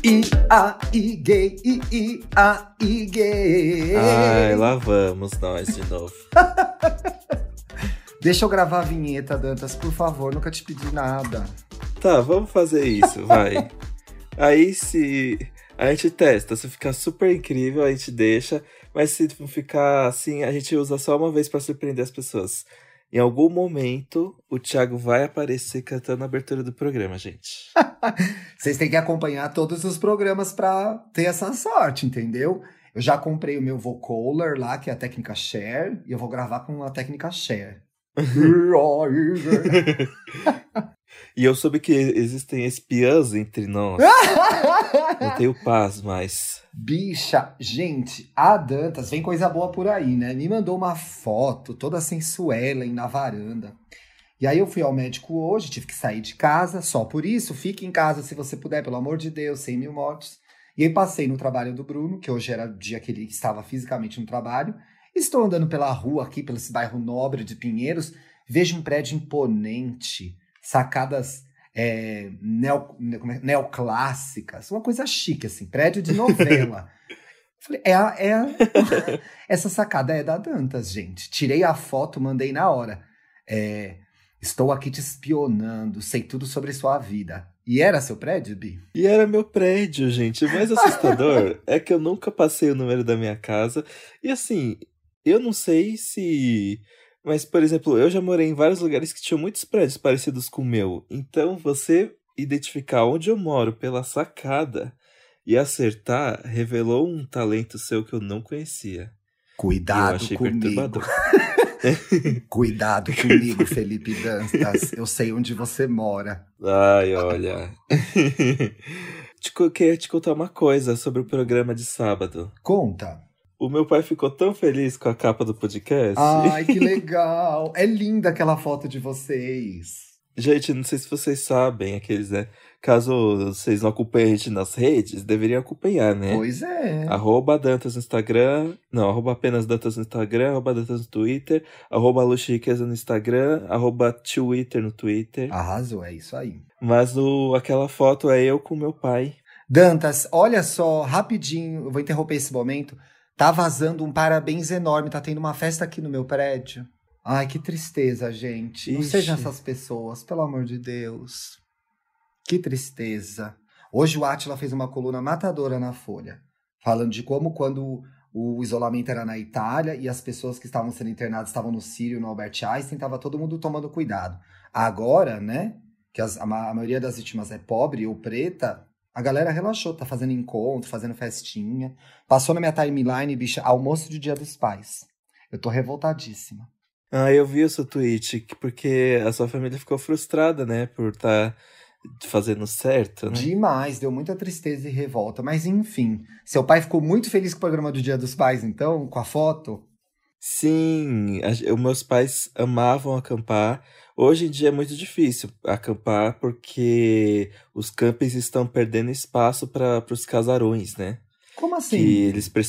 I, gay, I, gay. Ai, lá vamos nós de novo. Deixa eu gravar a vinheta, Dantas, por favor, nunca te pedi nada. Tá, vamos fazer isso, vai. Aí se a gente testa, se ficar super incrível, a gente deixa. Mas se ficar assim, a gente usa só uma vez pra surpreender as pessoas. Em algum momento, o Thiago vai aparecer cantando a abertura do programa, gente. Vocês têm que acompanhar todos os programas pra ter essa sorte, entendeu? Eu já comprei o meu vocoder lá, que é a técnica Share, e eu vou gravar com a técnica Share. E eu soube que existem espiãs entre nós. Não tenho paz mais. Bicha, gente, a Dantas, vem coisa boa por aí, né? Me mandou uma foto toda sensuela na varanda. E aí eu fui ao médico hoje, tive que sair de casa, só por isso. Fique em casa se você puder, pelo amor de Deus, 100 mil mortos. E aí passei no trabalho do Bruno, que hoje era o dia que ele estava fisicamente no trabalho. Estou andando pela rua aqui, pelo esse bairro nobre de Pinheiros, vejo um prédio imponente, sacadas neoclássicas, uma coisa chique, assim, prédio de novela. Falei, essa sacada é da Dantas, gente. Tirei a foto, mandei na hora. Estou aqui te espionando, sei tudo sobre sua vida. E era seu prédio, Bi? E era meu prédio, gente. O mais assustador é que eu nunca passei o número da minha casa. E assim, eu não sei se... Mas, por exemplo, eu já morei em vários lugares que tinham muitos prédios parecidos com o meu. Então, você identificar onde eu moro pela sacada e acertar revelou um talento seu que eu não conhecia. Cuidado eu achei comigo. Perturbador. Cuidado comigo, Felipe Dantas. Eu sei onde você mora. Ai, olha. Queria te contar uma coisa sobre o programa de sábado. Conta. O meu pai ficou tão feliz com a capa do podcast. Ai, que legal. É linda aquela foto de vocês. Gente, não sei se vocês sabem, aqueles, né? Caso vocês não acompanhem a gente nas redes, deveriam acompanhar, né? Pois é. @Dantas no Instagram. Não, @apenas Dantas no Instagram, @Dantas no Twitter, @Luxiriqueza no Instagram, @Twitter no Twitter. Arrasou, é isso aí. Mas aquela foto é eu com meu pai. Dantas, olha só, rapidinho, eu vou interromper esse momento. Tá vazando um parabéns enorme, tá tendo uma festa aqui no meu prédio. Ai, que tristeza, gente. Não Ixi. sejam essas pessoas, pelo amor de Deus. Que tristeza. Hoje o Átila fez uma coluna matadora na Folha, falando de como quando o isolamento era na Itália e as pessoas que estavam sendo internadas estavam no Sírio, no Albert Einstein, tava todo mundo tomando cuidado. Agora, né, que a maioria das vítimas é pobre ou preta, a galera relaxou, tá fazendo encontro, fazendo festinha. Passou na minha timeline, bicha, almoço de Dia dos Pais. Eu tô revoltadíssima. Ah, eu vi o seu tweet, porque a sua família ficou frustrada, né, por estar fazendo certo, né? Demais, deu muita tristeza e revolta. Mas enfim, seu pai ficou muito feliz com o programa do Dia dos Pais, então, com a foto? Sim, meus pais amavam acampar. Hoje em dia é muito difícil acampar porque os campings estão perdendo espaço para os casarões, né? Como assim? Que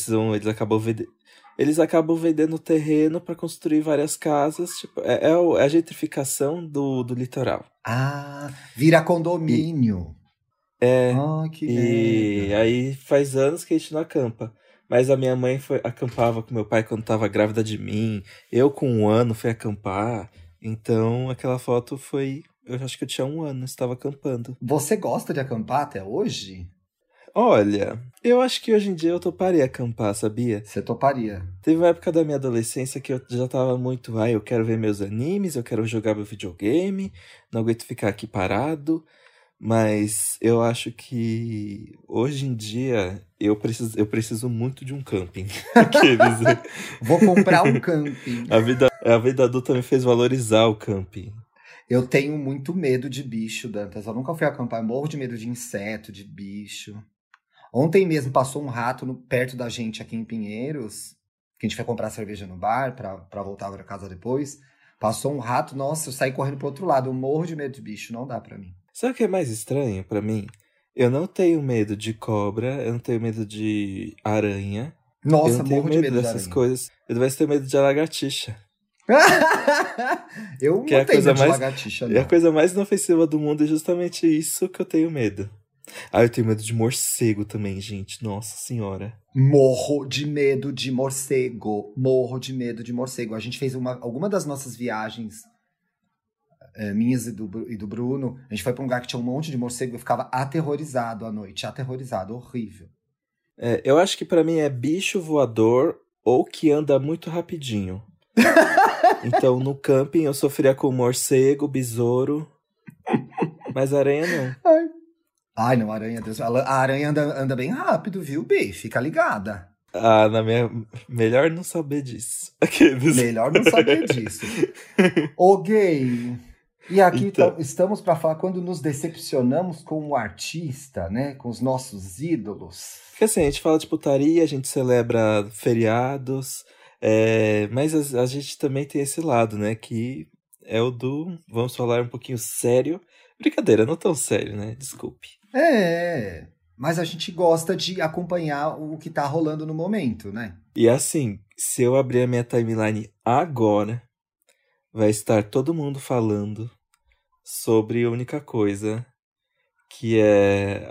eles acabam vendendo terreno para construir várias casas. Tipo, é a gentrificação do litoral. Ah, vira condomínio. Ah, que E merda. aí faz anos que a gente não acampa. Mas a minha mãe acampava com meu pai quando tava grávida de mim. Eu com 1 ano fui acampar. Então aquela foto foi... Eu acho que eu tinha 1 ano, estava acampando. Você gosta de acampar até hoje? Olha, eu acho que hoje em dia eu toparia acampar, sabia? Você toparia? Teve uma época da minha adolescência que eu já tava muito... eu quero ver meus animes, eu quero jogar meu videogame, não aguento ficar aqui parado. Mas eu acho que hoje em dia eu preciso muito de um camping. Vou comprar um camping. A vida adulta me fez valorizar o camping. Eu tenho muito medo de bicho, Dantas. Eu nunca fui acampar, eu morro de medo de inseto, de bicho. Ontem mesmo passou um rato perto da gente aqui em Pinheiros, que a gente foi comprar cerveja no bar pra voltar pra casa depois. Passou um rato, nossa, eu saí correndo pro outro lado. Eu morro de medo de bicho, não dá pra mim. Sabe o que é mais estranho pra mim? Eu não tenho medo de cobra, eu não tenho medo de aranha. Nossa, eu não tenho morro de medo medo dessas de coisas. Eu devia ter medo de lagartixa. Eu Que é não a tenho coisa medo de mais- lagartixa, E a não. coisa mais inofensiva do mundo é justamente isso que eu tenho medo. Ah, eu tenho medo de morcego também, gente. Nossa senhora. Morro de medo de morcego. Morro de medo de morcego. A gente fez alguma das nossas viagens, minhas e do Bruno, a gente foi pra um lugar que tinha um monte de morcego e eu ficava aterrorizado à noite. Aterrorizado, horrível. Eu acho que pra mim é bicho voador ou que anda muito rapidinho. Então, no camping eu sofria com morcego, besouro, mas aranha não. Ai, não, aranha, Deus. A aranha anda bem rápido, viu, Bi? Fica ligada. Ah, na minha... Melhor não saber disso. Aqueles... Melhor não saber disso. Ô, gay. E aqui Então. estamos para falar quando nos decepcionamos com o artista, né? Com os nossos ídolos. Porque assim, a gente fala de putaria, a gente celebra feriados, mas a gente também tem esse lado, né? Que é o do... Vamos falar um pouquinho sério. Brincadeira, não tão sério, né? Desculpe. Mas a gente gosta de acompanhar o que tá rolando no momento, né? E assim, se eu abrir a minha timeline agora, vai estar todo mundo falando sobre a única coisa, que é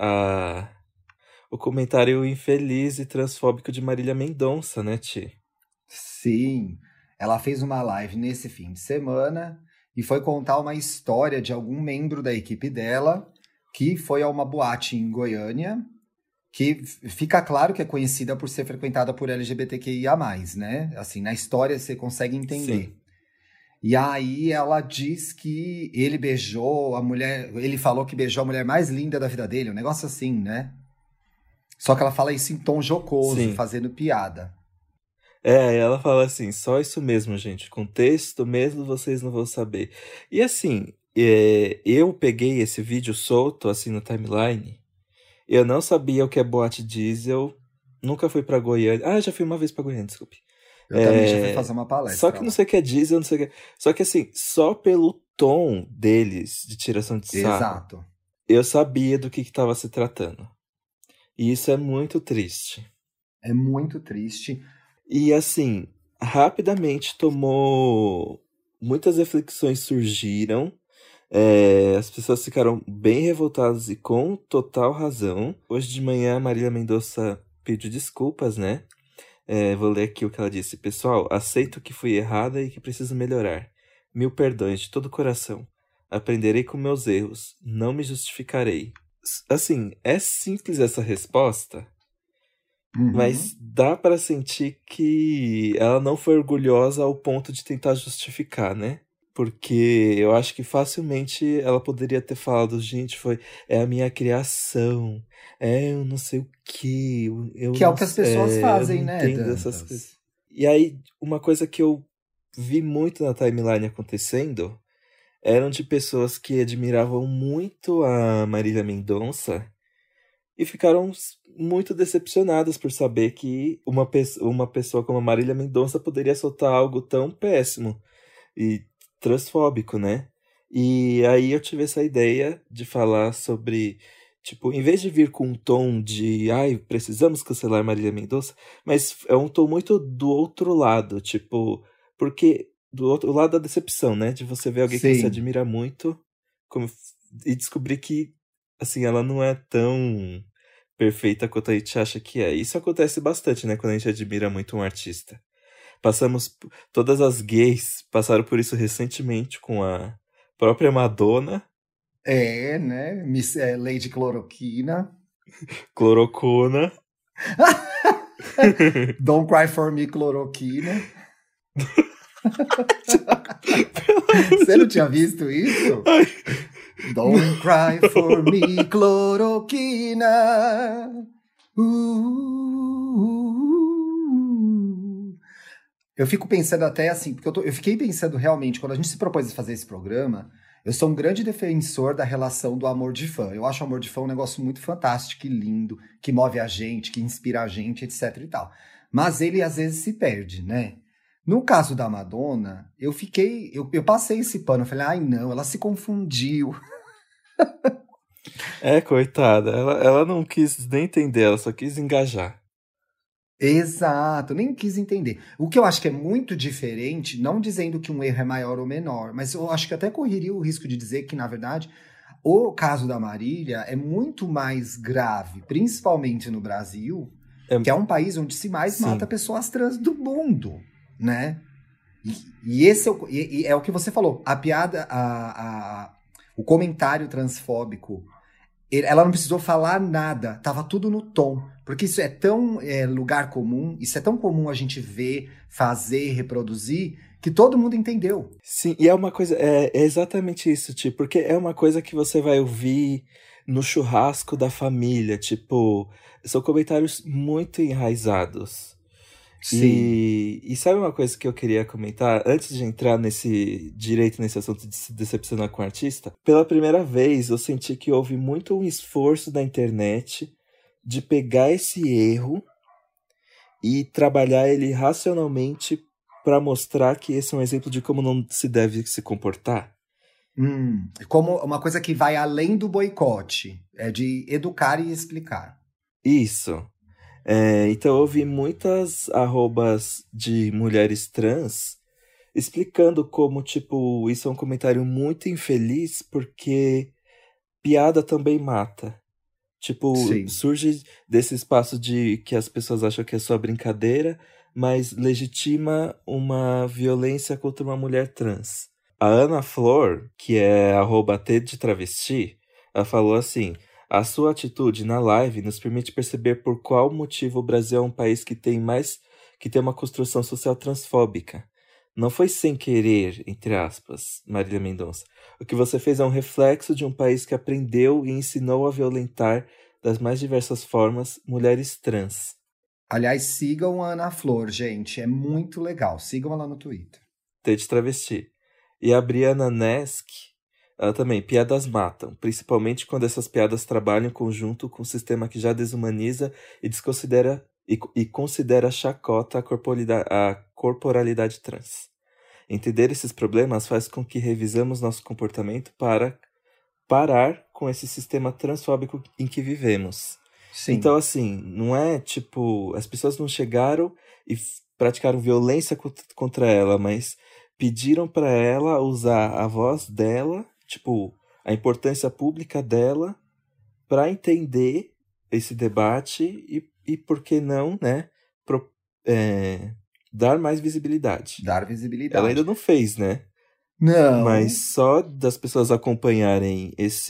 o comentário infeliz e transfóbico de Marília Mendonça, né, Ti? Sim, ela fez uma live nesse fim de semana e foi contar uma história de algum membro da equipe dela que foi a uma boate em Goiânia, que fica claro que é conhecida por ser frequentada por LGBTQIA+, né? Assim, na história você consegue entender. Sim. E aí ela diz que ele beijou a mulher, ele falou que beijou a mulher mais linda da vida dele, um negócio assim, né? Só que ela fala isso em tom jocoso, Sim. fazendo piada. Ela fala assim, só isso mesmo, gente. Com texto mesmo vocês não vão saber. E assim, eu peguei esse vídeo solto, assim, no timeline. Eu não sabia o que é boate diesel. Nunca fui pra Goiânia. Ah, já fui uma vez pra Goiânia, desculpe. Eu também já fui fazer uma Só palestra que não lá. sei o que é diesel, não sei o que. Só que assim, só pelo tom deles, de tiração de sarro, Exato. eu sabia do que estava se tratando. E isso é muito triste. É muito triste. E assim, rapidamente tomou. Muitas reflexões surgiram. As pessoas ficaram bem revoltadas e com total razão. Hoje de manhã, a Marília Mendonça pediu desculpas, né? Vou ler aqui o que ela disse. Pessoal, aceito que fui errada e que preciso melhorar. 1000 perdões de todo o coração. Aprenderei com meus erros. Não me justificarei. Assim, é simples essa resposta, mas dá pra sentir que ela não foi orgulhosa ao ponto de tentar justificar, né? Porque eu acho que facilmente ela poderia ter falado, gente, é a minha criação, eu não sei o quê, Que é o que as pessoas eu não fazem, né, entendo essas coisas. Dantas? E aí, uma coisa que eu vi muito na timeline acontecendo eram de pessoas que admiravam muito a Marília Mendonça e ficaram muito decepcionadas por saber que uma pessoa como a Marília Mendonça poderia soltar algo tão péssimo e transfóbico, né? E aí eu tive essa ideia de falar sobre, tipo, em vez de vir com um tom de, ai, precisamos cancelar Marília Mendonça, mas é um tom muito do outro lado, tipo, porque do outro lado da decepção, né? De você ver alguém que você Sim. admira muito e descobrir que, assim, ela não é tão perfeita quanto a gente acha que é. Isso acontece bastante, né? Quando a gente admira muito um artista. Todas as gays passaram por isso recentemente com a própria Madonna. Né? Lady Cloroquina. Clorocona. Don't Cry For Me, Cloroquina. Você não tinha visto isso? Ai. Don't Cry For Me, Cloroquina. Eu fico pensando até assim, porque eu fiquei pensando realmente, quando a gente se propôs a fazer esse programa, eu sou um grande defensor da relação do amor de fã. Eu acho o amor de fã um negócio muito fantástico e lindo, que move a gente, que inspira a gente, etc e tal. Mas ele às vezes se perde, né? No caso da Madonna, eu passei esse pano, eu falei, ai não, ela se confundiu. Coitada, ela não quis nem entender, ela só quis engajar. Exato, nem quis entender. O que eu acho que é muito diferente, não dizendo que um erro é maior ou menor, mas eu acho que até correria o risco de dizer que, na verdade, O caso da Marília é muito mais grave, principalmente no Brasil, que é um país onde se mais mata pessoas trans do mundo, né? E esse é o que você falou. A piada, o comentário transfóbico, ela não precisou falar nada, tava tudo no tom. Porque isso é tão lugar comum, isso é tão comum a gente ver, fazer, reproduzir, que todo mundo entendeu. Sim, e é uma coisa, é exatamente isso, tipo, porque é uma coisa que você vai ouvir no churrasco da família, tipo, são comentários muito enraizados. Sim. E sabe uma coisa que eu queria comentar, antes de entrar nesse assunto de se decepcionar com o artista? Pela primeira vez, eu senti que houve muito um esforço da internet de pegar esse erro e trabalhar ele racionalmente para mostrar que esse é um exemplo de como não se deve se comportar. Como uma coisa que vai além do boicote, é de educar e explicar. Isso. Então eu vi muitas arrobas de mulheres trans explicando como, tipo, isso é um comentário muito infeliz porque piada também mata. Tipo, Sim. surge desse espaço de que as pessoas acham que é só brincadeira, mas legitima uma violência contra uma mulher trans. A Ana Flor, que é @T de travesti, ela falou assim: a sua atitude na live nos permite perceber por qual motivo o Brasil é um país que tem uma construção social transfóbica. Não foi sem querer, entre aspas, Marília Mendonça. O que você fez é um reflexo de um país que aprendeu e ensinou a violentar, das mais diversas formas, mulheres trans. Aliás, sigam a Ana Flor, gente. É muito legal. Sigam ela no Twitter. T de travesti. E a Briana Nesk, ela também, piadas matam, principalmente quando essas piadas trabalham em conjunto com um sistema que já desumaniza e desconsidera e considera chacota a corporalidade trans. Entender esses problemas faz com que revisamos nosso comportamento para parar com esse sistema transfóbico em que vivemos. Sim. Então, assim, não é tipo, as pessoas não chegaram e praticaram violência contra ela, mas pediram para ela usar a voz dela, tipo, a importância pública dela, para entender esse debate e por que não, né, dar mais visibilidade. Dar Ela visibilidade. ainda não fez, né? Não. Mas só das pessoas acompanharem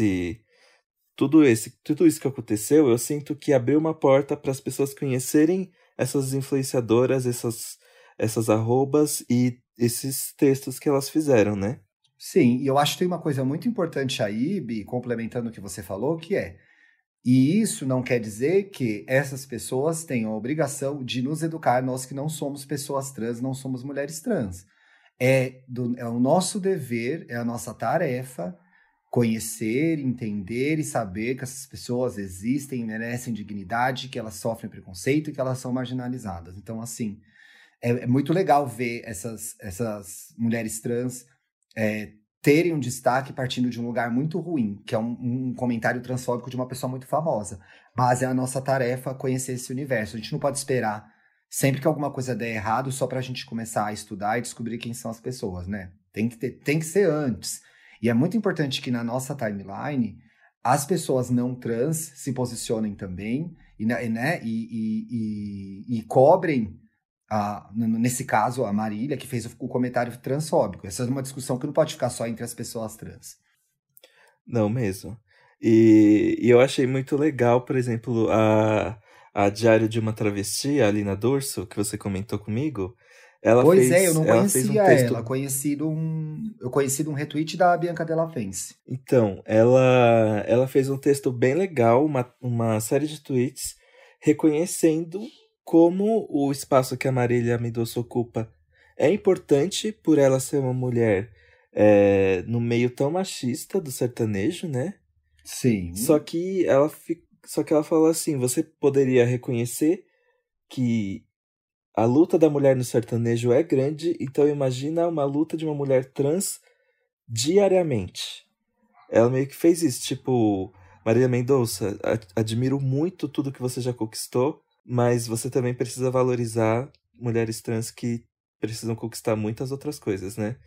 tudo isso que aconteceu, eu sinto que abriu uma porta para as pessoas conhecerem essas influenciadoras, essas arrobas e esses textos que elas fizeram, né? Sim, e eu acho que tem uma coisa muito importante aí, Bi, complementando o que você falou, que é, e isso não quer dizer que essas pessoas tenham a obrigação de nos educar, nós que não somos pessoas trans, não somos mulheres trans. É o nosso dever, é a nossa tarefa conhecer, entender e saber que essas pessoas existem, merecem dignidade, que elas sofrem preconceito e que elas são marginalizadas. Então, assim, é muito legal ver essas mulheres trans terem um destaque partindo de um lugar muito ruim, que é um comentário transfóbico de uma pessoa muito famosa. Mas é a nossa tarefa conhecer esse universo. A gente não pode esperar sempre que alguma coisa der errado só para a gente começar a estudar e descobrir quem são as pessoas, né? Tem que ser antes. E é muito importante que na nossa timeline as pessoas não trans se posicionem também né, e cobrem, nesse caso, a Marília, que fez o comentário transfóbico. Essa é uma discussão que não pode ficar só entre as pessoas trans. Não mesmo. E eu achei muito legal, por exemplo, a Diário de uma Travesti, a Alina Dorso, que você comentou comigo. Pois é, eu não Ela fez um conhecia texto. ela. Eu conheci de um retweet da Bianca Della Fence. Então, ela fez um texto bem legal, uma série de tweets, reconhecendo como o espaço que a Marília Mendonça ocupa é importante por ela ser uma mulher no meio tão machista do sertanejo, né? Sim. Só que ela falou assim, você poderia reconhecer que a luta da mulher no sertanejo é grande, então imagina uma luta de uma mulher trans diariamente. Ela meio que fez isso, tipo, Marília Mendonça, admiro muito tudo que você já conquistou, mas você também precisa valorizar mulheres trans que precisam conquistar muitas outras coisas, né?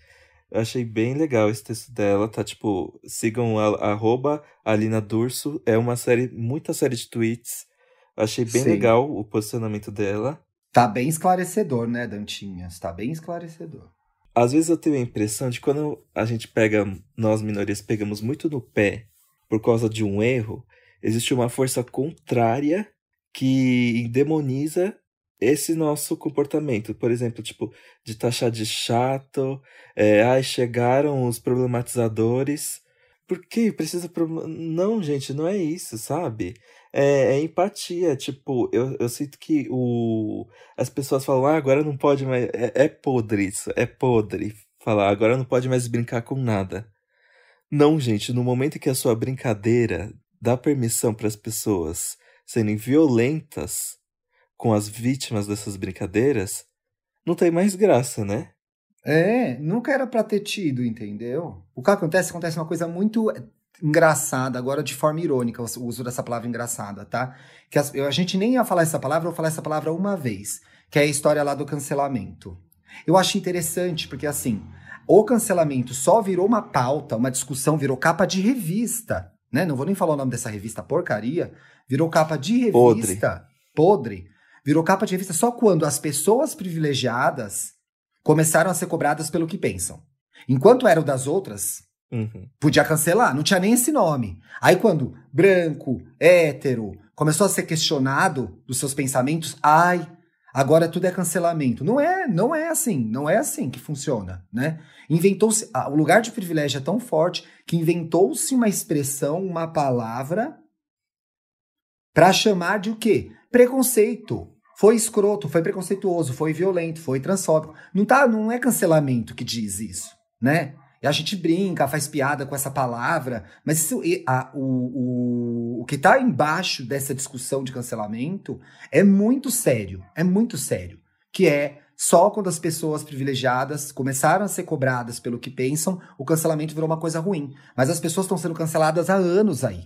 Eu achei bem legal esse texto dela, tá? Tipo, sigam a Alina Durso. É uma série, muita série de tweets. Achei bem Sei. legal o posicionamento dela. Tá bem esclarecedor, né, Dantinhas? Tá bem esclarecedor. Às vezes eu tenho a impressão de quando a gente pega, nós minorias pegamos muito no pé por causa de um erro, existe uma força contrária que demoniza esse nosso comportamento. Por exemplo, tipo, de taxar de chato, ai, chegaram os problematizadores. Por que precisa... Não, gente, não é isso, sabe? É empatia, tipo, eu sinto que as pessoas falam, agora não pode mais. É podre isso, é podre falar, agora não pode mais brincar com nada. Não, gente, no momento em que a sua brincadeira dá permissão para as pessoas serem violentas com as vítimas dessas brincadeiras, não tem mais graça, né? Nunca era pra ter tido, entendeu? O que acontece? Acontece uma coisa muito engraçada, agora de forma irônica, o uso dessa palavra engraçada, tá? Que a gente nem ia falar essa palavra, eu vou falar essa palavra uma vez, que é a história lá do cancelamento. Eu acho interessante, porque assim, o cancelamento só virou uma pauta, uma discussão, virou capa de revista, né? Não vou nem falar o nome dessa revista porcaria, virou capa de Podre. revista, podre, virou capa de revista só quando as pessoas privilegiadas começaram a ser cobradas pelo que pensam. Enquanto era o das outras, Uhum. podia cancelar, não tinha nem esse nome. Aí quando branco, hétero, começou a ser questionado dos seus pensamentos, agora tudo é cancelamento. Não é assim que funciona, né? Inventou-se, o lugar de privilégio é tão forte que inventou-se uma expressão, uma palavra para chamar de o quê? Preconceito. Foi escroto, foi preconceituoso, foi violento, foi transfóbico. Não é cancelamento que diz isso, né? E a gente brinca, faz piada com essa palavra, mas o que está embaixo dessa discussão de cancelamento é muito sério, que é só quando as pessoas privilegiadas começaram a ser cobradas pelo que pensam, o cancelamento virou uma coisa ruim. Mas as pessoas estão sendo canceladas há anos aí.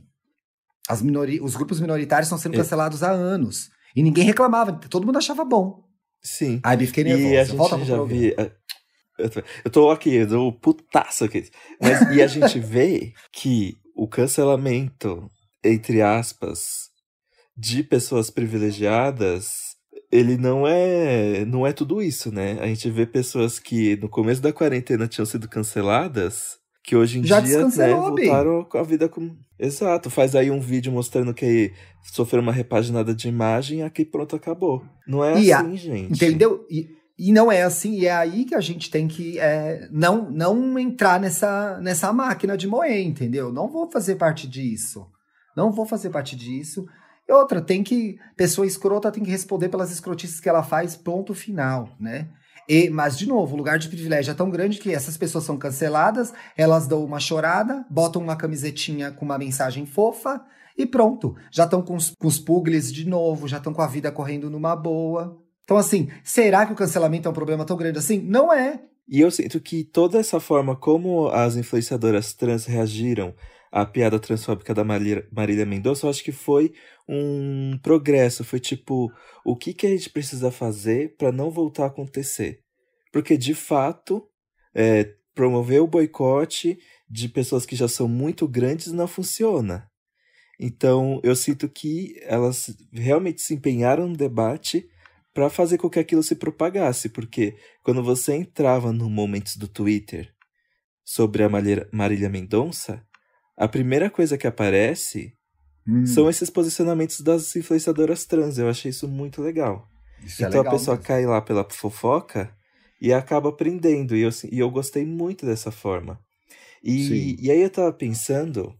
Os grupos minoritários estão sendo E- cancelados há anos. E ninguém reclamava, todo mundo achava bom. sim. Ai, fiquei E a nervosa. Volta gente pro já programa. vê. Eu tô aqui, eu tô putaço aqui. E a gente vê que o cancelamento, entre aspas, de pessoas privilegiadas, ele não é tudo isso, né? A gente vê pessoas que no começo da quarentena tinham sido canceladas, que hoje em Já dia, né, descancelou, Bi. voltaram com a vida como... Exato, faz aí um vídeo mostrando que sofreu uma repaginada de imagem e aqui pronto, acabou. Não é assim, gente. Entendeu? E não é assim, e é aí que a gente tem que não entrar nessa máquina de moer, entendeu? Não vou fazer parte disso. Não vou fazer parte disso. E outra, pessoa escrota tem que responder pelas escrotices que ela faz, ponto final, né? Mas, de novo, o lugar de privilégio é tão grande que essas pessoas são canceladas, elas dão uma chorada, botam uma camisetinha com uma mensagem fofa e pronto. Já estão com os pugles de novo, já estão com a vida correndo numa boa. Então, assim, será que o cancelamento é um problema tão grande assim? Não é. E eu sinto que toda essa forma como as influenciadoras trans reagiram à piada transfóbica da Marília Mendonça, eu acho que foi um progresso. Foi tipo, o que que a gente precisa fazer para não voltar a acontecer? Porque, de fato, promover o boicote de pessoas que já são muito grandes não funciona. Então, eu sinto que elas realmente se empenharam no debate para fazer com que aquilo se propagasse, porque quando você entrava no Momentos do Twitter sobre a Marília Mendonça, a primeira coisa que aparece são esses posicionamentos das influenciadoras trans. Eu achei isso muito legal. Isso é Então a legal pessoa mesmo. cai lá pela fofoca e acaba aprendendo. E eu gostei muito dessa forma. Sim. E aí eu tava pensando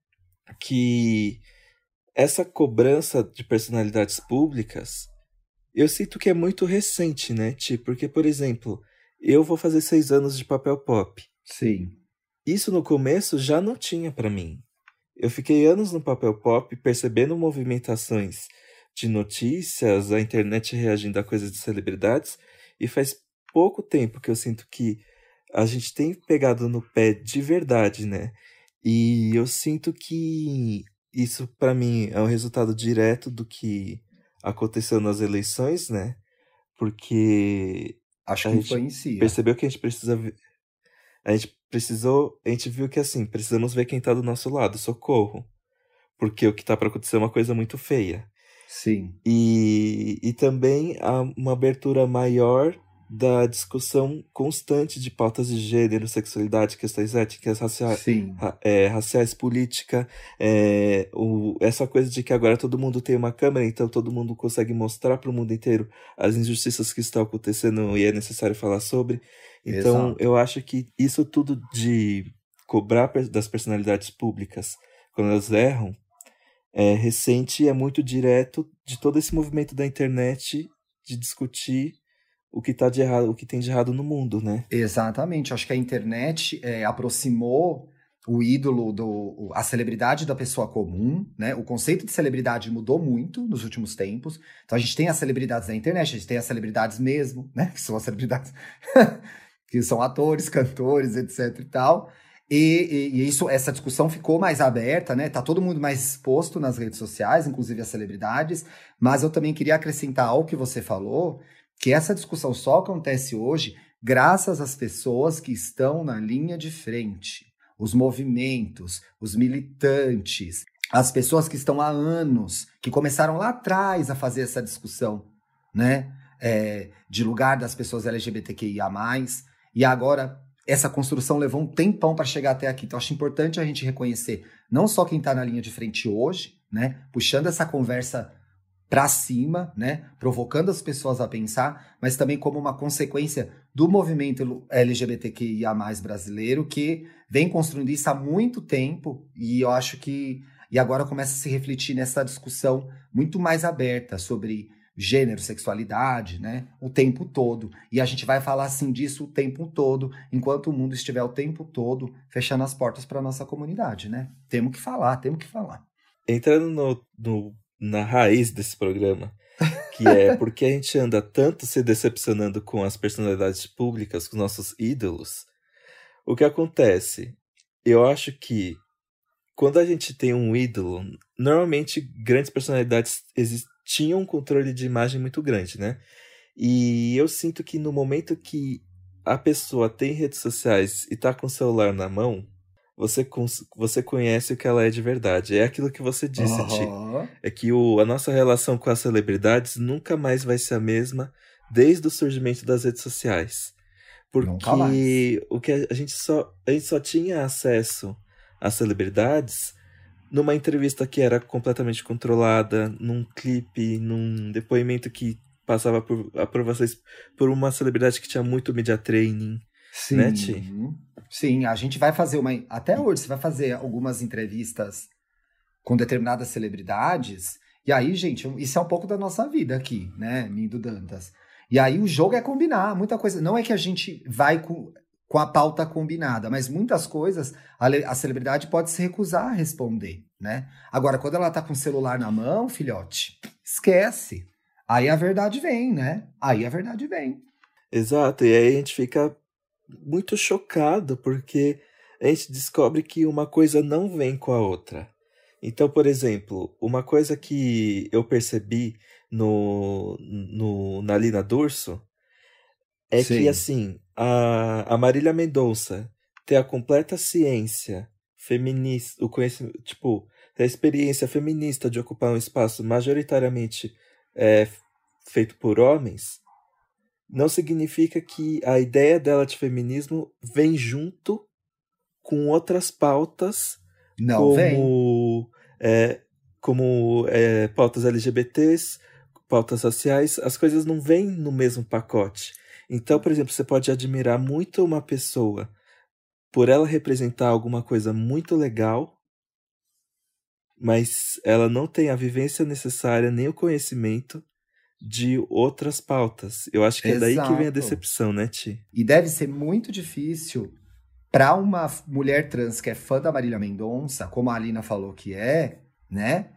que essa cobrança de personalidades públicas, eu sinto que é muito recente, né? Tipo, porque, por exemplo, eu vou fazer 6 anos de papel pop. Sim. Isso no começo já não tinha pra mim. Eu fiquei anos no papel pop percebendo movimentações de notícias, a internet reagindo a coisas de celebridades, e faz pouco tempo que eu sinto que a gente tem pegado no pé de verdade, né? E eu sinto que isso, pra mim, é um resultado direto do que aconteceu nas eleições, né? Porque Acho a que gente influencia. percebeu que a gente precisa a gente viu que assim, precisamos ver quem tá do nosso lado, socorro. Porque o que tá pra acontecer é uma coisa muito feia. Sim, E também há uma abertura maior da discussão constante de pautas de gênero, sexualidade, questões éticas, sim, raciais, política, essa coisa de que agora todo mundo tem uma câmera, então todo mundo consegue mostrar para o mundo inteiro as injustiças que estão acontecendo e é necessário falar sobre. Então, exato. eu acho que isso tudo de cobrar das personalidades públicas quando elas erram é recente e é muito direto de todo esse movimento da internet de discutir o que tá de errado, o que tem de errado no mundo, né? Exatamente. Acho que a internet aproximou o ídolo a celebridade da pessoa comum, né? O conceito de celebridade mudou muito nos últimos tempos. Então a gente tem as celebridades da internet, a gente tem as celebridades mesmo, né? Que são as celebridades que são atores, cantores, etc e tal. E isso, essa discussão ficou mais aberta, né? Tá todo mundo mais exposto nas redes sociais, inclusive as celebridades. Mas eu também queria acrescentar ao que você falou, que essa discussão só acontece hoje graças às pessoas que estão na linha de frente, os movimentos, os militantes, as pessoas que estão há anos, que começaram lá atrás a fazer essa discussão, né? De lugar das pessoas LGBTQIA+, e agora essa construção levou um tempão para chegar até aqui. Então acho importante a gente reconhecer não só quem está na linha de frente hoje, né? Puxando essa conversa para cima, né, provocando as pessoas a pensar, mas também como uma consequência do movimento LGBTQIA+ brasileiro, que vem construindo isso há muito tempo, e eu acho que e agora começa a se refletir nessa discussão muito mais aberta sobre gênero, sexualidade, né, o tempo todo. E a gente vai falar assim disso o tempo todo, enquanto o mundo estiver o tempo todo fechando as portas para nossa comunidade, né? Temos que falar, temos que falar. Entrando na raiz desse programa, que é porque a gente anda tanto se decepcionando com as personalidades públicas, com nossos ídolos, o que acontece? Eu acho que quando a gente tem um ídolo, normalmente grandes personalidades tinham um controle de imagem muito grande, né? E eu sinto que no momento que a pessoa tem redes sociais e tá com o celular na mão, você conhece o que ela é de verdade. É aquilo que você disse, Ti. Uhum. É que a nossa relação com as celebridades nunca mais vai ser a mesma desde o surgimento das redes sociais. Nunca mais. Porque o que a gente só tinha acesso às celebridades numa entrevista que era completamente controlada, num clipe, num depoimento que passava por aprovações por uma celebridade que tinha muito media training, né, Ti? Sim, sim, a gente vai fazer uma. Até hoje, você vai fazer algumas entrevistas com determinadas celebridades, e aí, gente, isso é um pouco da nossa vida aqui, né, Mindo Dantas. E aí o jogo é combinar, muita coisa. Não é que a gente vai com a pauta combinada, mas muitas coisas a celebridade pode se recusar a responder, né? Agora, quando ela tá com o celular na mão, filhote, esquece. Aí a verdade vem, né? Aí a verdade vem. Exato, e aí a gente fica muito chocado porque a gente descobre que uma coisa não vem com a outra. Então, por exemplo, uma coisa que eu percebi na Lina D'Urso é que, Sim. assim, a Marília Mendonça ter a completa ciência feminista, o conhecimento, tipo, a experiência feminista de ocupar um espaço majoritariamente é, feito por homens, não significa que a ideia dela de feminismo vem junto com outras pautas Não vem. como, é, pautas LGBTs, pautas raciais, as coisas não vêm no mesmo pacote. Então, por exemplo, você pode admirar muito uma pessoa por ela representar alguma coisa muito legal, mas ela não tem a vivência necessária nem o conhecimento de outras pautas. Eu acho que é daí que vem a Exato. decepção, né, Ti? E deve ser muito difícil para uma mulher trans que é fã da Marília Mendonça, como a Alina falou que é, né?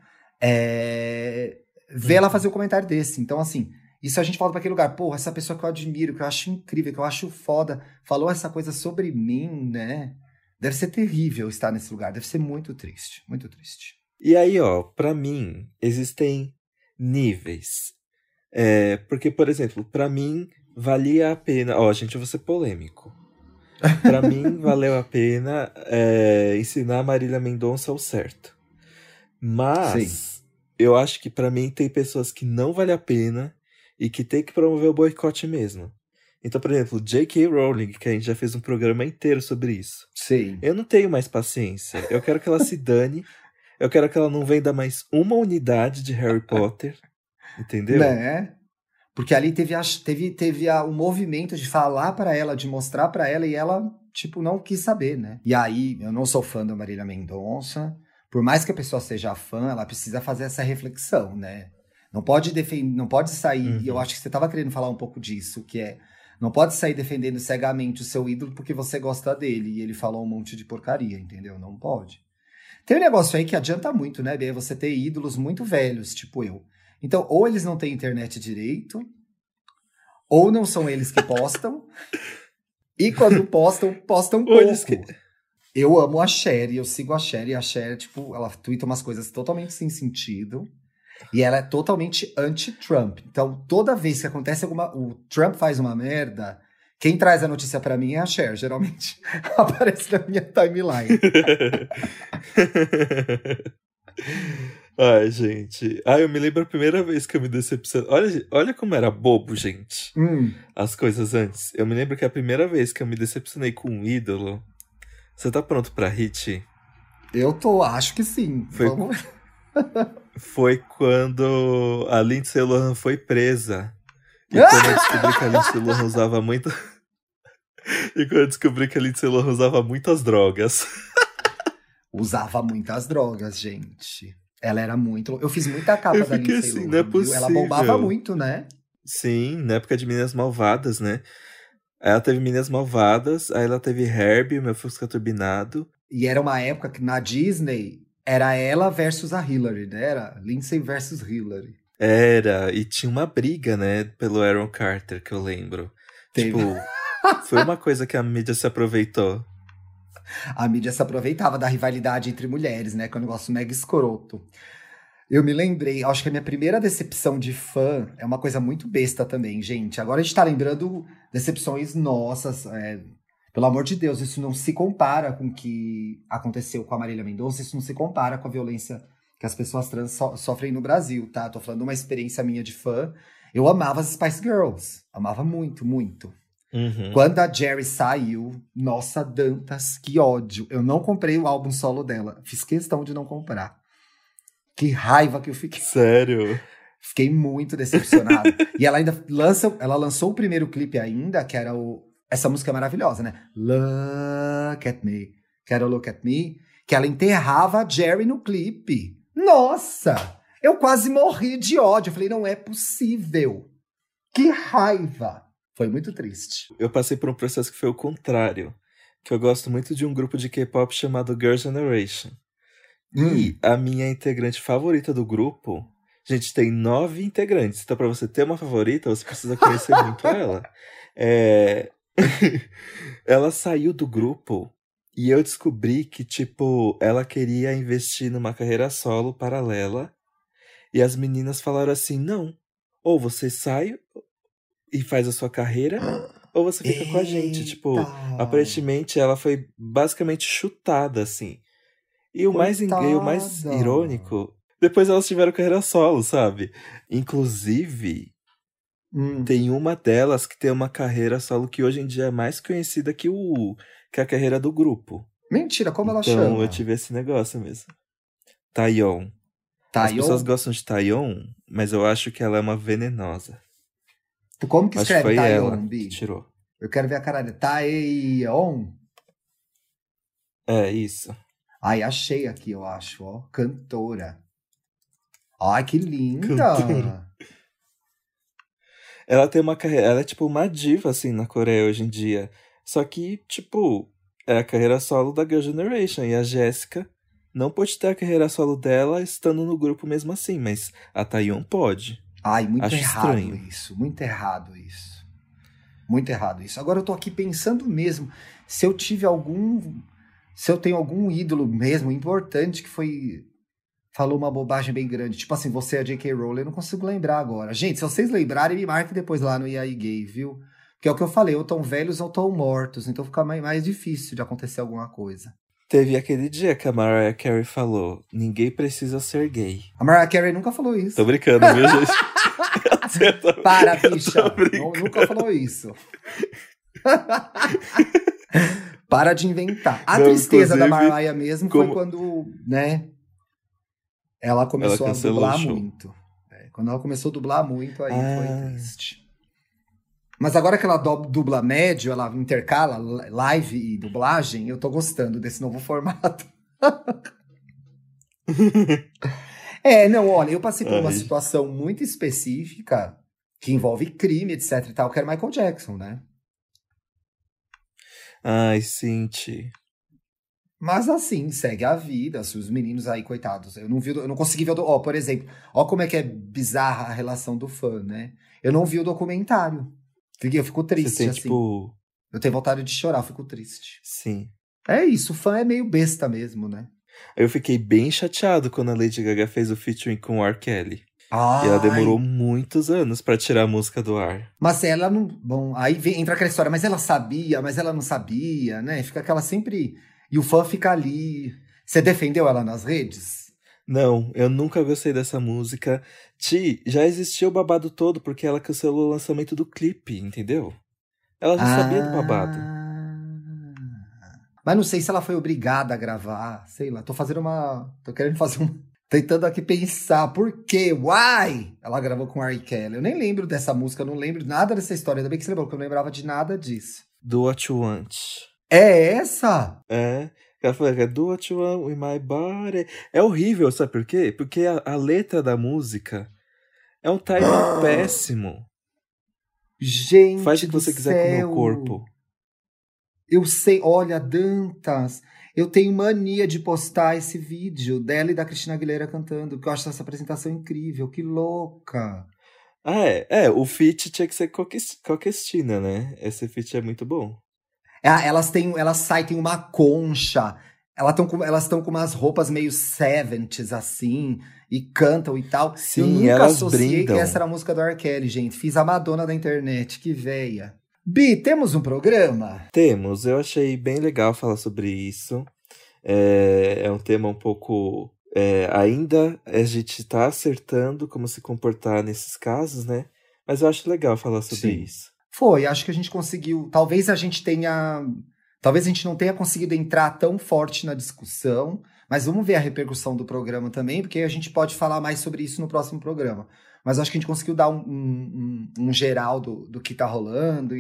Ver ela fazer Uhum. um comentário desse. Então, assim, isso a gente fala para aquele lugar, porra, essa pessoa que eu admiro, que eu acho incrível, que eu acho foda, falou essa coisa sobre mim, né? Deve ser terrível estar nesse lugar, deve ser muito triste, muito triste. E aí, ó, pra mim, existem níveis. Porque, por exemplo, pra mim, valia a pena. Ó, gente, eu vou ser polêmico. Pra mim, valeu a pena ensinar a Marília Mendonça o certo. Sim. Mas, eu acho que pra mim tem pessoas que não vale a pena e que tem que promover o boicote mesmo. Então, por exemplo, J.K. Rowling, que a gente já fez um programa inteiro sobre isso. Sim. Eu não tenho mais paciência. Eu quero que ela se dane. Eu quero que ela não venda mais uma unidade de Harry Potter. Entendeu? Né? Porque ali teve o movimento de falar pra ela, de mostrar pra ela, e ela, tipo, não quis saber, né? E aí, eu não sou fã da Marília Mendonça. Por mais que a pessoa seja fã, ela precisa fazer essa reflexão, né? Não pode defender, não pode sair, e eu Uhum. acho que você estava querendo falar um pouco disso, que é, não pode sair defendendo cegamente o seu ídolo porque você gosta dele, e ele falou um monte de porcaria, entendeu? Não pode. Tem um negócio aí que adianta muito, né, Bia? Você ter ídolos muito velhos, tipo eu. Então, ou eles não têm internet direito, ou não são eles que postam, e quando postam, postam Ou eles que. pouco. Eu amo a Cher, eu sigo a Cher, tipo, ela twitta umas coisas totalmente sem sentido, e ela é totalmente anti-Trump. Então, toda vez que acontece o Trump faz uma merda, quem traz a notícia pra mim é a Cher, geralmente. Aparece na minha timeline. Ai, gente. Ai, eu me lembro a primeira vez que eu me decepcionei. Olha como era bobo, gente. Hum, As coisas antes. Eu me lembro que a primeira vez que eu me decepcionei com um ídolo. Você tá pronto pra hit? acho que sim. Foi, Vamos. foi quando a Lindsay Lohan foi presa. E quando eu descobri que a Lindsay Lohan usava muito. E quando eu descobri que a Lindsay Lohan usava muitas drogas. Usava muitas drogas, gente. Ela era muito. Eu fiz muita Eu capa da fiquei Lindsay assim, não é Lohan, viu? Ela bombava possível. muito, né? Sim, na época de Meninas Malvadas, né? Aí ela teve Meninas Malvadas, aí ela teve Herbie, o meu Fusca Turbinado. E era uma época que na Disney era ela versus a Hillary, né? Era Lindsay versus Hillary. Era, e tinha uma briga, né, pelo Aaron Carter, que eu lembro. Teve. Tipo, foi uma coisa que a mídia se aproveitou. A mídia se aproveitava da rivalidade entre mulheres, né? Que é um negócio mega escroto. Eu me lembrei, acho que a minha primeira decepção de fã é uma coisa muito besta também, gente. Agora a gente tá lembrando decepções nossas. Pelo amor de Deus, isso não se compara com o que aconteceu com a Marília Mendonça, isso não se compara com a violência que as pessoas trans sofrem no Brasil, tá? Tô falando de uma experiência minha de fã. Eu amava as Spice Girls. Amava muito, muito. Uhum. Quando a Jerry saiu, nossa, Dantas, que ódio. Eu não comprei o álbum solo dela. Fiz questão de não comprar. Que raiva que eu fiquei. Sério? Fiquei muito decepcionado. E ela ainda ela lançou o primeiro clipe ainda, que era essa música é maravilhosa, né? Look at me, quero look at me, que ela enterrava a Jerry no clipe. Nossa! Eu quase morri de ódio. Eu falei, não é possível. Que raiva! Foi muito triste. Eu passei por um processo que foi o contrário. Que eu gosto muito de um grupo de K-pop chamado Girl Generation. E a minha integrante favorita do grupo. Gente, tem 9 integrantes. Então, pra você ter uma favorita, você precisa conhecer muito ela. É... Ela saiu do grupo e eu descobri que, tipo, ela queria investir numa carreira solo paralela. E as meninas falaram assim: não, ou você sai e faz a sua carreira, ou você fica com a gente. Eita! Tipo, aparentemente ela foi basicamente chutada, assim. E o mais Coitada! irônico, depois elas tiveram carreira solo, sabe? Inclusive, Hum. tem uma delas que tem uma carreira solo que hoje em dia é mais conhecida que a carreira do grupo. Mentira, como ela Então eu chama? tive esse negócio mesmo. Taeyeon. As pessoas Taeyeon? gostam de Taeyeon, mas eu acho que ela é uma venenosa. Como que Acho que escreve foi ela Taeyeon, que Bi? tirou. Eu quero ver a cara dela. Taeyeon? É, isso. Ai, achei aqui, eu acho, ó. Cantora. Ai, que Cantora. linda! Ela tem uma carreira. Ela é tipo uma diva, assim, na Coreia hoje em dia. Só que, tipo, é a carreira solo da Girl Generation. E a Jéssica não pode ter a carreira solo dela estando no grupo mesmo assim. Mas a Taeyeon pode. Ai, muito Acho errado estranho. isso. Muito errado isso. Muito errado isso. Agora eu tô aqui pensando mesmo se eu tive algum. Se eu tenho algum ídolo mesmo importante que foi. Falou uma bobagem bem grande. Tipo assim, você é a J.K. Rowling, eu não consigo lembrar agora. Gente, se vocês lembrarem, me marquem depois lá no E aí Gay, viu? Que é o que eu falei, ou tão velhos ou tão mortos. Então fica mais difícil de acontecer alguma coisa. Teve aquele dia que a Mariah Carey falou: ninguém precisa ser gay. A Mariah Carey nunca falou isso. Tô brincando, viu, gente? Para, bicha. Nunca falou isso. Para de inventar. A tristeza da Mariah mesmo foi quando, né? Ela começou a dublar muito. Quando ela começou a dublar muito, aí foi triste. Mas agora que ela dubla médio, ela intercala live e dublagem, eu tô gostando desse novo formato. Não, olha, eu passei por uma situação muito específica que envolve crime, etc e tal, que era Michael Jackson, né? Ai, Cinti. Mas assim, segue a vida, os meninos aí, coitados. Eu não consegui ver por exemplo, como é que é bizarra a relação do fã, né? Eu não vi o documentário. Eu fico triste, tem, assim. Tipo... Eu tenho vontade de chorar, eu fico triste. Sim. É isso, o fã é meio besta mesmo, né? Eu fiquei bem chateado quando a Lady Gaga fez o featuring com o R. Kelly. Ai. E ela demorou muitos anos pra tirar a música do ar. Mas ela não... Bom, aí entra aquela história, mas ela sabia, mas ela não sabia, né? Fica aquela sempre... E o fã fica ali... Você defendeu ela nas redes? Não, eu nunca gostei dessa música. Já existia o babado todo porque ela cancelou o lançamento do clipe, entendeu? Ela já sabia do babado. Mas não sei se ela foi obrigada a gravar, sei lá. Tô querendo fazer tentando aqui pensar, por quê? Why? Ela gravou com R. Kelly. Eu nem lembro dessa música, eu não lembro nada dessa história. Ainda bem que você lembrou, porque eu não lembrava de nada disso. Do What You Want. É essa? É. Ela falou, do what you want with my body. É horrível, sabe por quê? Porque a letra da música é um timing péssimo. Gente, faz o que você quiser com o meu corpo. Eu sei, olha, Dantas, eu tenho mania de postar esse vídeo dela e da Cristina Aguilera cantando, porque eu acho essa apresentação incrível, que louca. O feat tinha que ser com a Cristina, né? Esse feat é muito bom. Elas têm uma concha, elas estão com umas roupas meio 70s, assim, e cantam e tal. Sim, eu nunca elas associei brindam. que essa era a música do R. Kelly, gente. Fiz a Madonna da internet, que véia. Bi, temos um programa? Temos, eu achei bem legal falar sobre isso. É um tema um pouco... ainda a gente tá acertando como se comportar nesses casos, né? Mas eu acho legal falar sobre isso. Foi, acho que a gente conseguiu. Talvez a gente não tenha conseguido entrar tão forte na discussão, mas vamos ver a repercussão do programa também, porque a gente pode falar mais sobre isso no próximo programa. Mas acho que a gente conseguiu dar um geral do que tá rolando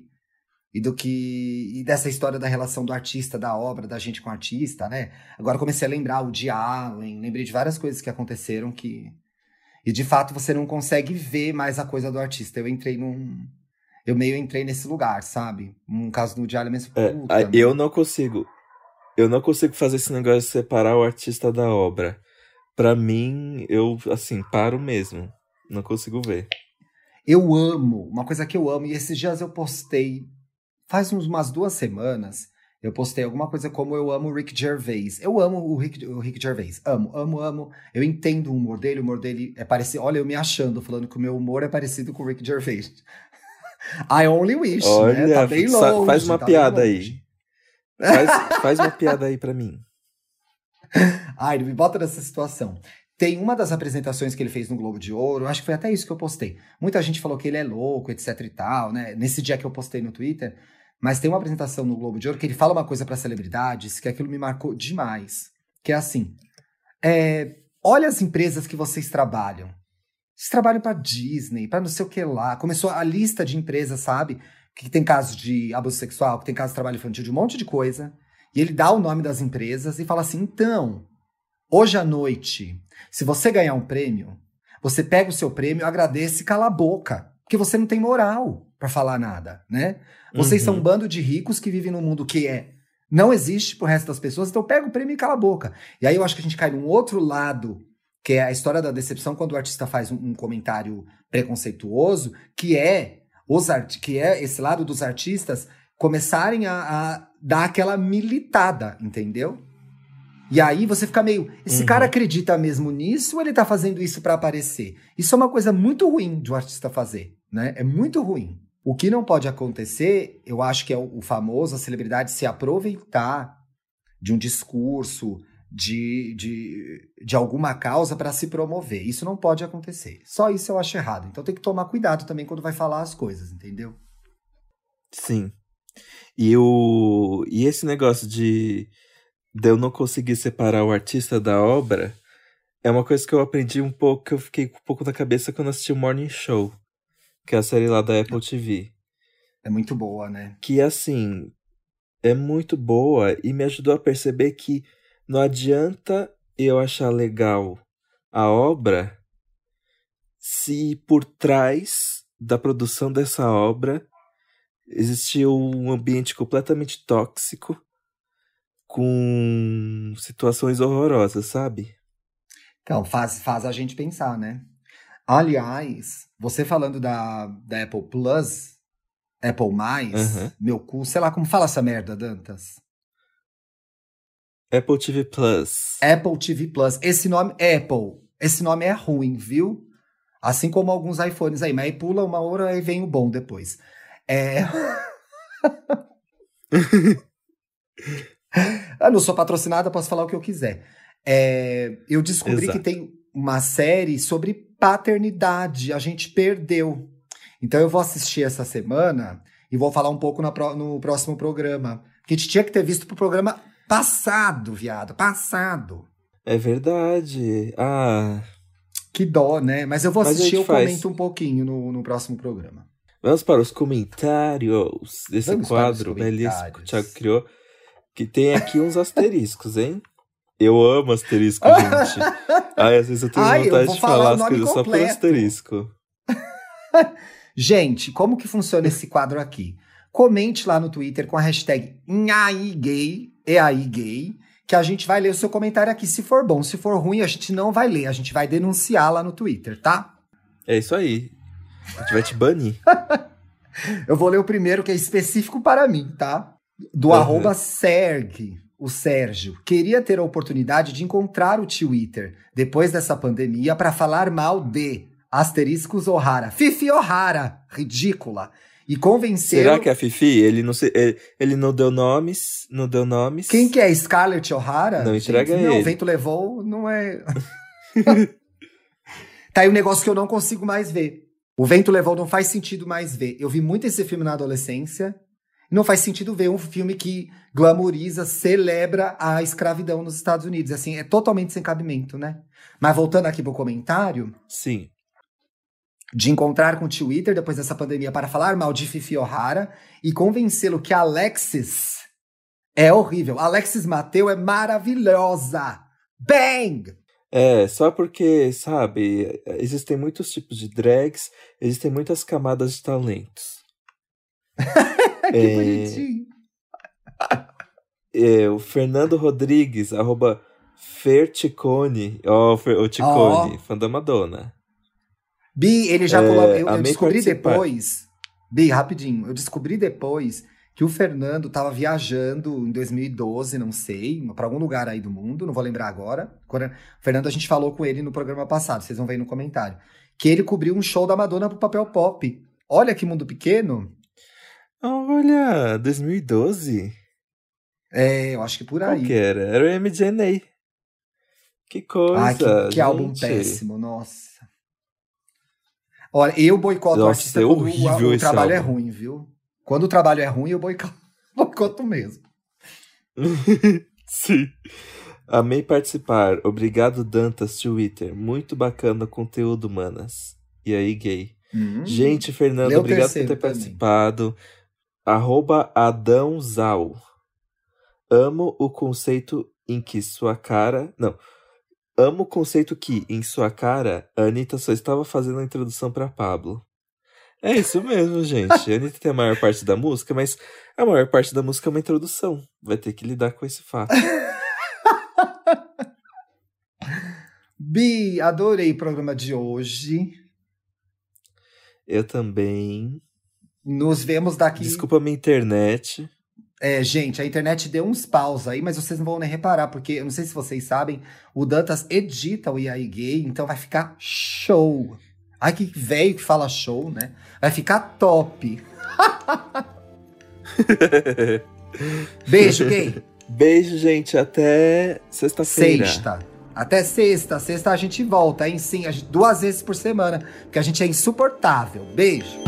e dessa história da relação do artista, da obra, da gente com o artista, né? Agora comecei a lembrar o Woody Allen, lembrei de várias coisas que aconteceram e de fato você não consegue ver mais a coisa do artista. Eu meio entrei nesse lugar, sabe? Um caso do Woody Allen mesmo. Eu não consigo fazer esse negócio de separar o artista da obra. Pra mim, eu, assim, paro mesmo. Não consigo ver. Eu amo, uma coisa que eu amo, e esses dias eu postei, faz umas 2 semanas, eu postei alguma coisa como eu amo o Rick Gervais. Eu amo o Rick Gervais. Amo. Eu entendo o humor dele é parecido. Olha, eu me achando, falando que o meu humor é parecido com o Rick Gervais. I only wish, olha, né? Tá bem longe. Faz uma piada aí. Faz uma piada aí pra mim. Ai, não me bota nessa situação. Tem uma das apresentações que ele fez no Globo de Ouro, acho que foi até isso que eu postei. Muita gente falou que ele é louco, etc e tal, né? Nesse dia que eu postei no Twitter. Mas tem uma apresentação no Globo de Ouro que ele fala uma coisa para celebridades que aquilo me marcou demais. Que é assim, olha as empresas que vocês trabalham. Vocês trabalham para Disney, para não sei o que lá. Começou a lista de empresas, sabe? Que tem casos de abuso sexual, que tem casos de trabalho infantil, de um monte de coisa. E ele dá o nome das empresas e fala assim, então, hoje à noite, se você ganhar um prêmio, você pega o seu prêmio, agradece e cala a boca. Porque você não tem moral para falar nada, né? Vocês são um bando de ricos que vivem num mundo que não existe pro resto das pessoas, então pega o prêmio e cala a boca. E aí eu acho que a gente cai num outro lado, que é a história da decepção quando o artista faz um comentário preconceituoso, que é esse lado dos artistas começarem a dar aquela militada, entendeu? E aí você fica meio, esse cara acredita mesmo nisso ou ele tá fazendo isso pra aparecer? Isso é uma coisa muito ruim de um artista fazer, né? É muito ruim. O que não pode acontecer, eu acho que é o famoso, a celebridade se aproveitar de um discurso, de alguma causa para se promover. Isso não pode acontecer. Só isso eu acho errado. Então tem que tomar cuidado também quando vai falar as coisas, entendeu? Sim. E esse negócio de eu não conseguir separar o artista da obra é uma coisa que eu aprendi um pouco, que eu fiquei um pouco na cabeça quando assisti o Morning Show, que é a série lá da Apple TV. É muito boa, né? Que, assim, é muito boa e me ajudou a perceber que não adianta eu achar legal a obra se por trás da produção dessa obra existiu um ambiente completamente tóxico com situações horrorosas, sabe? Então, faz a gente pensar, né? Aliás, você falando da Apple Plus, Apple+, Aham. meu cu, sei lá como fala essa merda, Dantas. Apple TV Plus. Apple TV Plus. Esse nome é ruim, viu? Assim como alguns iPhones aí, mas aí pula uma hora e vem o bom depois. Eu não sou patrocinada, posso falar o que eu quiser. Eu descobri que Exato. tem uma série sobre paternidade. A gente perdeu. Então eu vou assistir essa semana e vou falar um pouco no próximo programa. Que a gente tinha que ter visto pro programa passado, viado. Passado. É verdade. Ah, Que dó, né? Mas eu vou mas a assistir e gente eu comento faz. um pouquinho no próximo programa. Vamos para os comentários desse Vamos para os quadro belíssimo que o Thiago comentários. criou, que tem aqui uns asteriscos, hein? Eu amo asterisco, gente. Ai, às vezes eu tenho Ai, eu vontade vou de falar falar o as nome coisas só por completo. asterisco. Gente, como que funciona esse quadro aqui? Comente lá no Twitter com a hashtag #EAIGay, EAIGay, que a gente vai ler o seu comentário aqui. Se for bom, se for ruim, a gente não vai ler. A gente vai denunciar lá no Twitter, tá? É isso aí. A gente vai te banir. Eu vou ler o primeiro, que é específico para mim, tá? Do Aham. @Serg, o Sérgio. Queria ter a oportunidade de encontrar o Twitter depois dessa pandemia para falar mal de asteriscos O'Hara. Fifi O'Hara, ridícula. E Será convencê-lo. que é a Fifi? Ele não, ele não deu nomes, não deu nomes. Quem que é Scarlett O'Hara? Não Gente, entrega não, o ele. vento levou, não é. Tá aí um negócio que eu não consigo mais ver. O vento levou, não faz sentido mais ver. Eu vi muito esse filme na adolescência. Não faz sentido ver um filme que glamoriza, celebra a escravidão nos Estados Unidos. Assim, é totalmente sem cabimento, né? Mas voltando aqui pro comentário, Sim. de encontrar com o Twitter depois dessa pandemia para falar mal de Fifi O'Hara e convencê-lo que a Alexis é horrível. Alexis Mateu é maravilhosa. Bang! É, só porque, sabe, existem muitos tipos de drags, existem muitas camadas de talentos. Que É, bonitinho. o Fernando Rodrigues, @Ferticone, ó, o Ticone, Ó, fã da Madonna. Bi, ele já colaborou. Eu Amei descobri participar. depois. Bi, rapidinho. Eu descobri depois que o Fernando tava viajando em 2012, não sei, pra algum lugar aí do mundo, não vou lembrar agora. Fernando, a gente falou com ele no programa passado, vocês vão ver aí no comentário. Que ele cobriu um show da Madonna pro Papel Pop. Olha que mundo pequeno. Olha, 2012? Eu acho que por Qual que aí. era? Era o MJNA. Que Ai, coisa, que álbum gente. péssimo, nossa. Olha, eu boicoto o Nossa, artista é quando horrível o esse trabalho é álbum. ruim, viu? Quando o trabalho é ruim, eu boicoto mesmo. Sim. Amei participar. Obrigado, Dantas Twitter. Muito bacana o conteúdo, manas. E aí, gay? Gente, Fernando, Lê o obrigado por terceiro ter também. participado. @AdãoZal. Amo o conceito em que sua cara. Não. Amo o conceito que, em sua cara, a Anitta só estava fazendo a introdução pra Pablo. É isso mesmo, gente. A Anitta tem a maior parte da música, mas a maior parte da música é uma introdução. Vai ter que lidar com esse fato. Bi, adorei o programa de hoje. Eu também. Nos vemos daqui. Desculpa a minha internet. Gente, a internet deu uns paus aí, mas vocês não vão nem reparar, porque eu não sei se vocês sabem, o Dantas edita o E aí Gay, então vai ficar show. Ai, que velho que fala show, né? Vai ficar top. Beijo, gay. Beijo, gente. Até sexta-feira. Sexta. Até sexta. Sexta a gente volta, hein? Sim, 2 vezes por semana. Porque a gente é insuportável. Beijo.